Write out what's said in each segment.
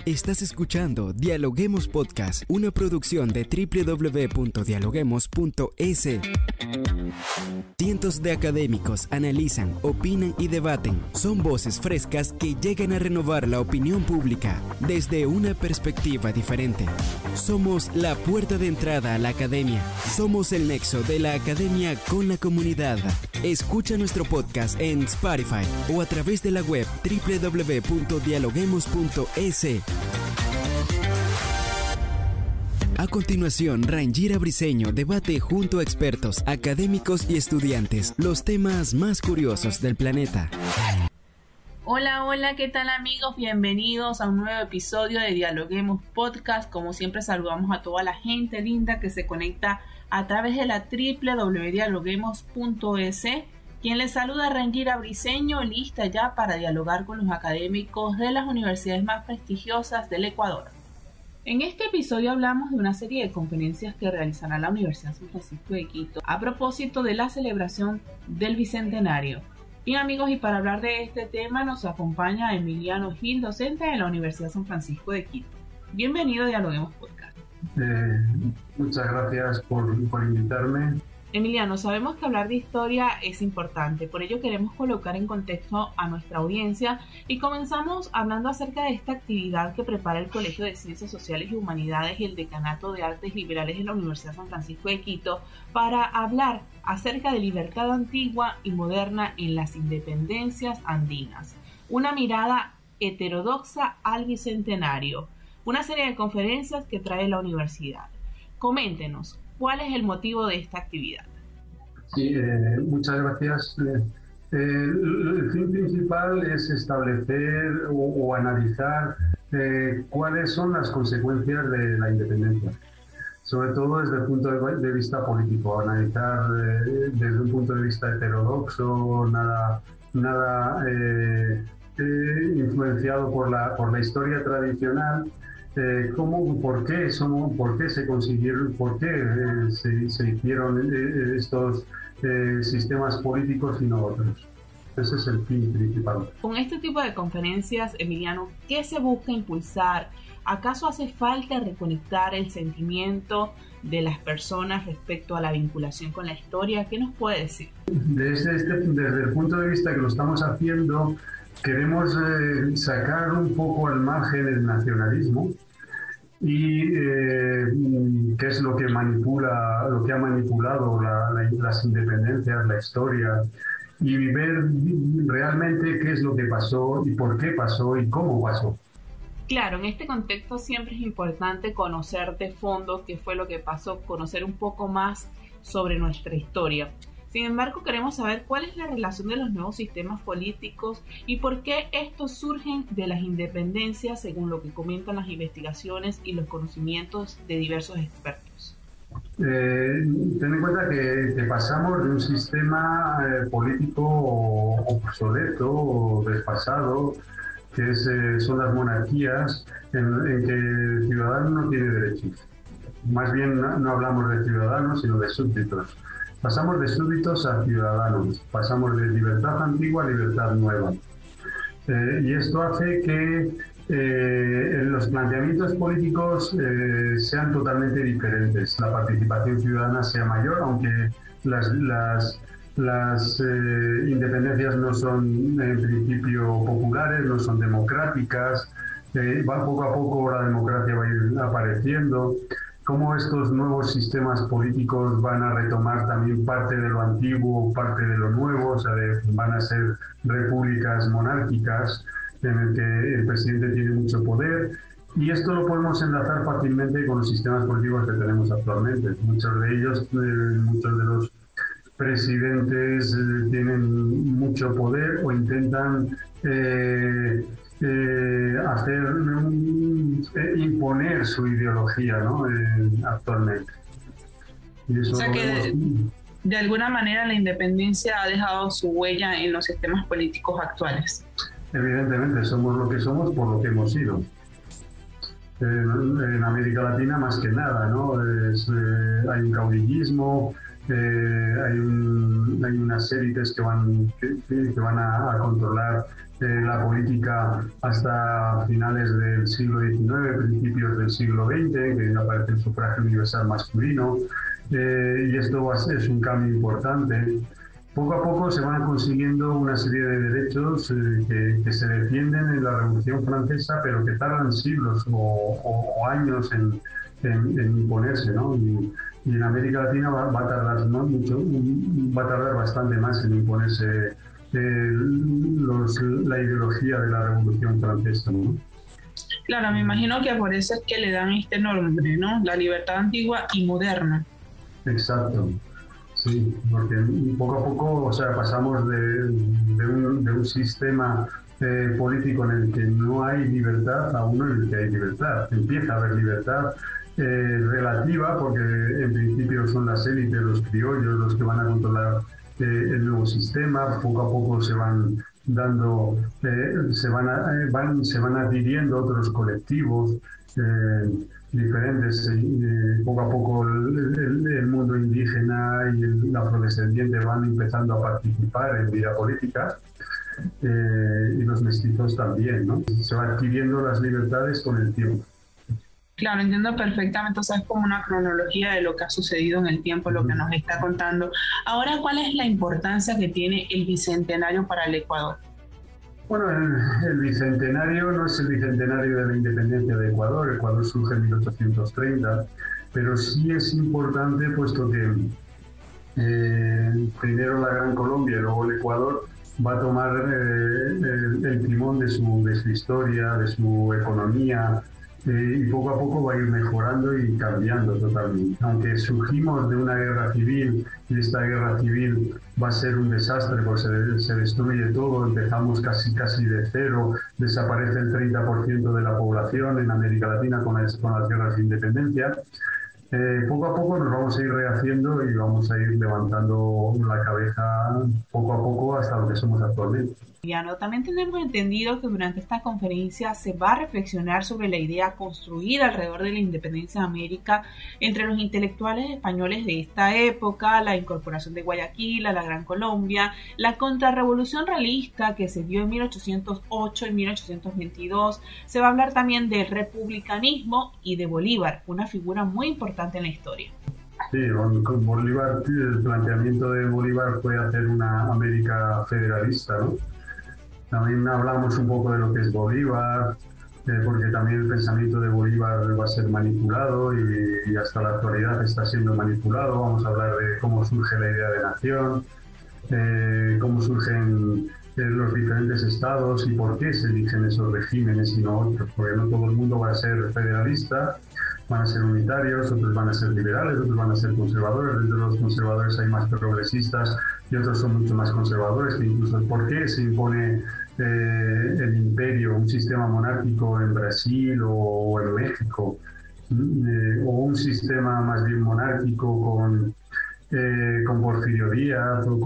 Estás escuchando Dialoguemos Podcast, una producción de www.dialoguemos.es. Cientos de académicos analizan, opinan y debaten. Son voces frescas que llegan a renovar la opinión pública desde una perspectiva diferente. Somos la puerta de entrada a la academia. Somos el nexo de la academia con la comunidad. Escucha nuestro podcast en Spotify o a través de la web www.dialoguemos.es. A continuación, Rangira Briceño debate junto a expertos, académicos y estudiantes los temas más curiosos del planeta. Hola, ¿qué tal amigos? Bienvenidos a un nuevo episodio de Dialoguemos Podcast. Como siempre saludamos a toda la gente linda que se conecta a través de la www.dialoguemos.es. Quien les saluda, Rangira Briceño, lista ya para dialogar con los académicos de las universidades más prestigiosas del Ecuador. En este episodio hablamos de una serie de conferencias que realizará la Universidad San Francisco de Quito a propósito de la celebración del Bicentenario. Bien amigos, y para hablar de este tema nos acompaña Emiliano Gil, docente de la Universidad San Francisco de Quito. Bienvenido a Dialoguemos Podcast. Muchas gracias por invitarme. Emiliano, sabemos que hablar de historia es importante, por ello queremos colocar en contexto a nuestra audiencia y comenzamos hablando acerca de esta actividad que prepara el Colegio de Ciencias Sociales y Humanidades y el Decanato de Artes Liberales de la Universidad San Francisco de Quito para hablar acerca de libertad antigua y moderna en las independencias andinas, una mirada heterodoxa al Bicentenario, una serie de conferencias que trae la universidad. Coméntenos, ¿cuál es el motivo de esta actividad? Sí, muchas gracias. El fin principal es establecer o analizar cuáles son las consecuencias de la independencia, sobre todo desde el punto de vista político, analizar desde un punto de vista heterodoxo, nada influenciado por la historia tradicional. ¿Por qué se consiguieron, por qué se hicieron estos sistemas políticos y no otros? Ese es el fin principal. Con este tipo de conferencias, Emiliano, ¿qué se busca impulsar? ¿Acaso hace falta reconectar el sentimiento de las personas respecto a la vinculación con la historia? ¿Qué nos puede decir? Desde el punto de vista que lo estamos haciendo, queremos sacar un poco al margen el nacionalismo y qué es lo que ha manipulado las independencias, la historia, y ver realmente qué es lo que pasó y por qué pasó y cómo pasó. Claro, en este contexto siempre es importante conocer de fondo qué fue lo que pasó, conocer un poco más sobre nuestra historia. Sin embargo, queremos saber cuál es la relación de los nuevos sistemas políticos y por qué estos surgen de las independencias, según lo que comentan las investigaciones y los conocimientos de diversos expertos. Ten en cuenta que pasamos de un sistema político obsoleto o desfasado, que son las monarquías, en que el ciudadano no tiene derechos. Más bien no hablamos de ciudadanos, sino de súbditos. Pasamos de súbditos a ciudadanos, pasamos de libertad antigua a libertad nueva. Y esto hace que los planteamientos políticos sean totalmente diferentes. La participación ciudadana sea mayor, aunque las independencias no son en principio populares, no son democráticas. Poco a poco la democracia va a ir apareciendo. Cómo estos nuevos sistemas políticos van a retomar también parte de lo antiguo, parte de lo nuevo, o sea, van a ser repúblicas monárquicas en el que el presidente tiene mucho poder, y esto lo podemos enlazar fácilmente con los sistemas políticos que tenemos actualmente. Muchos de ellos, muchos de los presidentes tienen mucho poder o intentan imponer su ideología, ¿no? Actualmente. Y eso, o sea que de alguna manera la independencia ha dejado su huella en los sistemas políticos actuales. Evidentemente, somos lo que somos por lo que hemos sido. En América Latina más que nada, ¿no? Hay un caudillismo, Hay unas élites que van a controlar la política hasta finales del siglo XIX, principios del siglo XX, que aparece el sufragio universal masculino, y esto es un cambio importante. Poco a poco se van consiguiendo una serie de derechos que se defienden en la Revolución Francesa, pero que tardan siglos o años en imponerse, ¿no? Y en América Latina va a tardar, ¿no?, mucho, va a tardar bastante más en imponerse la ideología de la Revolución Francesa, ¿no? Claro, me imagino que por eso es que le dan este nombre, ¿no? La libertad antigua y moderna. Exacto. Sí, porque poco a poco, o sea, pasamos de un sistema político en el que no hay libertad a uno en el que hay libertad. Empieza a haber libertad relativa, porque en principio son las élites, los criollos, los que van a controlar el nuevo sistema. Poco a poco se van dando, se van adhiriendo otros colectivos diferentes. Poco a poco el mundo indígena y el afrodescendiente van empezando a participar en vida política, y los mestizos también, ¿no? Se van adquiriendo las libertades con el tiempo. Claro, entiendo perfectamente, o sea, es como una cronología de lo que ha sucedido en el tiempo, lo que nos está contando. Ahora, ¿cuál es la importancia que tiene el Bicentenario para el Ecuador? Bueno, el Bicentenario no es el Bicentenario de la Independencia de Ecuador. Ecuador surge en 1830, pero sí es importante, puesto que primero la Gran Colombia y luego el Ecuador va a tomar el timón de su historia, de su economía, y poco a poco va a ir mejorando y cambiando totalmente. Aunque surgimos de una guerra civil, y esta guerra civil va a ser un desastre, pues se destruye todo, empezamos casi de cero, desaparece el 30% de la población en América Latina con las guerras de independencia. Poco a poco nos vamos a ir rehaciendo y vamos a ir levantando la cabeza poco a poco hasta lo que somos actualmente. También tenemos entendido que durante esta conferencia se va a reflexionar sobre la idea construida alrededor de la independencia de América entre los intelectuales españoles de esta época, la incorporación de Guayaquil a la Gran Colombia, la contrarrevolución realista que se dio en 1808 y 1822. Se va a hablar también del republicanismo y de Bolívar, una figura muy importante en la historia. Sí, con Bolívar, el planteamiento de Bolívar fue hacer una América federalista, ¿no? También hablamos un poco de lo que es Bolívar, porque también el pensamiento de Bolívar va a ser manipulado y hasta la actualidad está siendo manipulado. Vamos a hablar de cómo surge la idea de nación, cómo surgen los diferentes estados y por qué se eligen esos regímenes y no otros, porque no todo el mundo va a ser federalista, van a ser unitarios, otros van a ser liberales, otros van a ser conservadores. Dentro de los conservadores hay más progresistas y otros son mucho más conservadores, que incluso por qué se impone el imperio, un sistema monárquico en Brasil o en México, o un sistema más bien monárquico con Porfirio Díaz o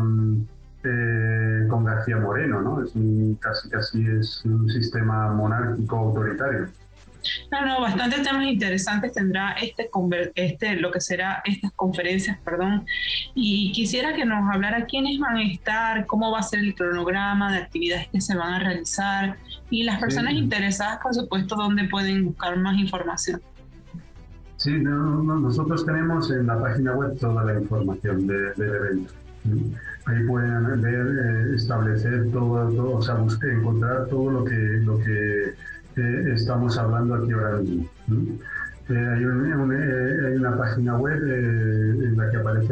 con García Moreno, ¿no? Casi es un sistema monárquico autoritario. No, bastantes temas interesantes tendrá lo que será estas conferencias, y quisiera que nos hablara quiénes van a estar, cómo va a ser el cronograma de actividades que se van a realizar y las personas interesadas, por supuesto, dónde pueden buscar más información. Sí, nosotros tenemos en la página web toda la información del evento. Ahí pueden ver, establecer todo, o sea, encontrar todo lo que estamos hablando aquí ahora mismo. Hay una página web en la que aparece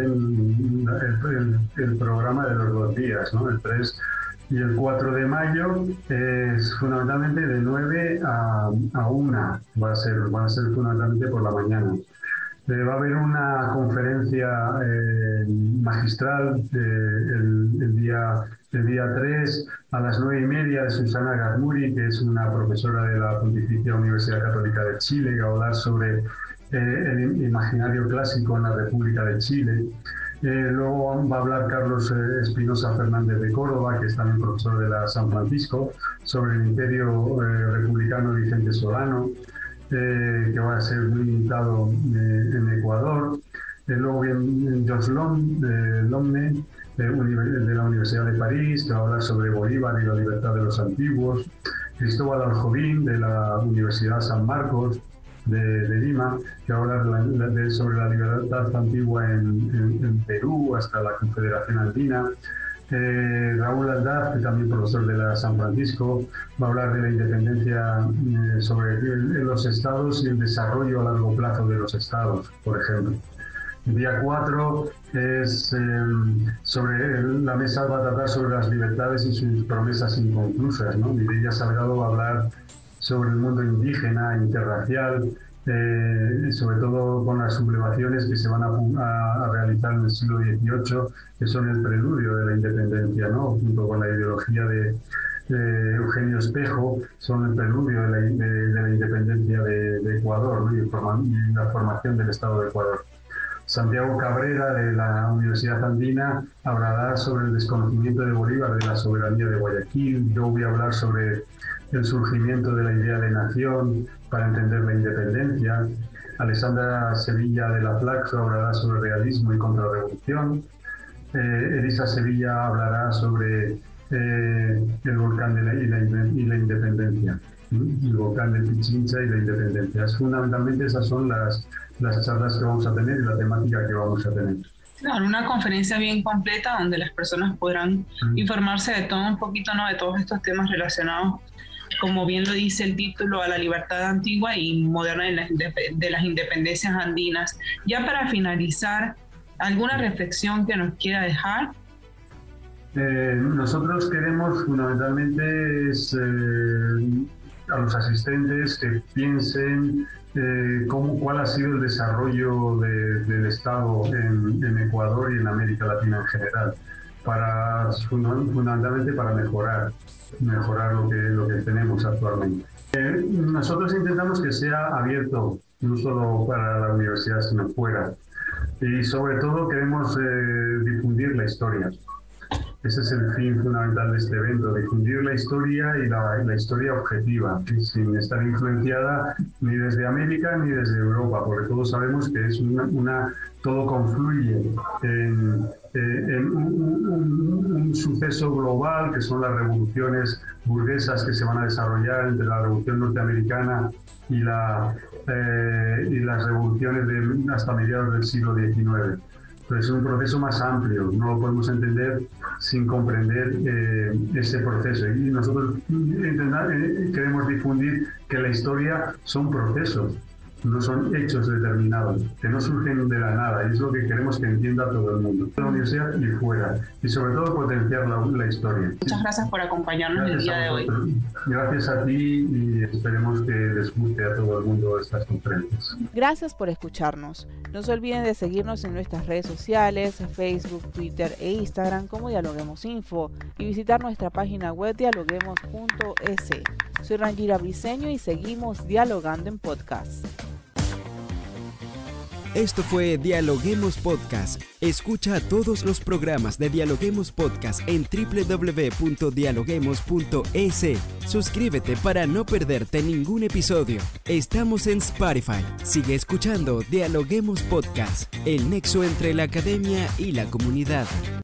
el programa de los 2 días, ¿no? El 3 y el 4 de mayo, es fundamentalmente de 9 a 1, van a ser fundamentalmente por la mañana. Va a haber una conferencia magistral el día 3 a las 9:30 de Susana Garmuri, que es una profesora de la Pontificia Universidad Católica de Chile, que va a hablar sobre el imaginario clásico en la República de Chile. Luego va a hablar Carlos Espinosa Fernández de Córdoba, que es también profesor de la San Francisco, sobre el imperio republicano Vicente Solano, que va a ser muy invitado en Ecuador. Luego viene George Lomne, de la Universidad de París, que va a hablar sobre Bolívar y la libertad de los antiguos. Cristóbal Aljovín, de la Universidad San Marcos de Lima, que va a hablar sobre la libertad antigua en Perú hasta la Confederación Andina. Raúl Aldaz, que también profesor de la San Francisco, va a hablar de la independencia sobre los estados y el desarrollo a largo plazo de los estados, por ejemplo. El día 4 es la mesa va a tratar sobre las libertades y sus promesas inconclusas, ¿no? Mireia Salgado va a hablar sobre el mundo indígena, interracial, sobre todo con las sublevaciones que se van a realizar en el siglo XVIII, que son el preludio de la independencia, ¿no? Junto con la ideología de Eugenio Espejo, son el preludio de la independencia de Ecuador, ¿no? y la formación del Estado de Ecuador. Santiago Cabrera, de la Universidad Andina, hablará sobre el desconocimiento de Bolívar de la soberanía de Guayaquil. Yo voy a hablar sobre el surgimiento de la idea de nación para entender la independencia. Alessandra Sevilla, de la Flaxo, hablará sobre realismo y contrarrevolución. Elisa Sevilla hablará sobre el volcán y la independencia, el volcán de Pichincha y la independencia. Fundamentalmente esas son las charlas que vamos a tener y la temática que vamos a tener. Claro, una conferencia bien completa donde las personas podrán informarse de todo un poquito, ¿no? De todos estos temas relacionados, como bien lo dice el título, a la libertad antigua y moderna de las independencias andinas. Ya para finalizar, ¿alguna reflexión que nos quiera dejar? Nosotros queremos fundamentalmente a los asistentes que piensen cuál ha sido el desarrollo del Estado en Ecuador y en América Latina en general, fundamentalmente para mejorar lo que tenemos actualmente. Nosotros intentamos que sea abierto, no solo para la universidad, sino fuera. Y sobre todo queremos difundir la historia. Ese es el fin fundamental de este evento, difundir la historia y la historia objetiva, sin estar influenciada ni desde América ni desde Europa, porque todos sabemos que es todo confluye en un suceso global, que son las revoluciones burguesas que se van a desarrollar entre la revolución norteamericana y las revoluciones hasta mediados del siglo XIX. Pero es un proceso más amplio, no lo podemos entender sin comprender ese proceso. Y nosotros queremos difundir que la historia son procesos, no son hechos determinados, que no surgen de la nada, y es lo que queremos que entienda todo el mundo, de la universidad y fuera, y sobre todo potenciar la historia. Muchas gracias por acompañarnos el día de hoy. Gracias a ti y esperemos que les guste a todo el mundo estas conferencias. Gracias por escucharnos. No se olviden de seguirnos en nuestras redes sociales, Facebook, Twitter e Instagram como Dialoguemos Info y visitar nuestra página web dialoguemos.es. Soy Rangira Briceño y seguimos dialogando en podcast. Esto fue Dialoguemos Podcast. Escucha todos los programas de Dialoguemos Podcast en www.dialoguemos.es. Suscríbete para no perderte ningún episodio. Estamos en Spotify. Sigue escuchando Dialoguemos Podcast, el nexo entre la academia y la comunidad.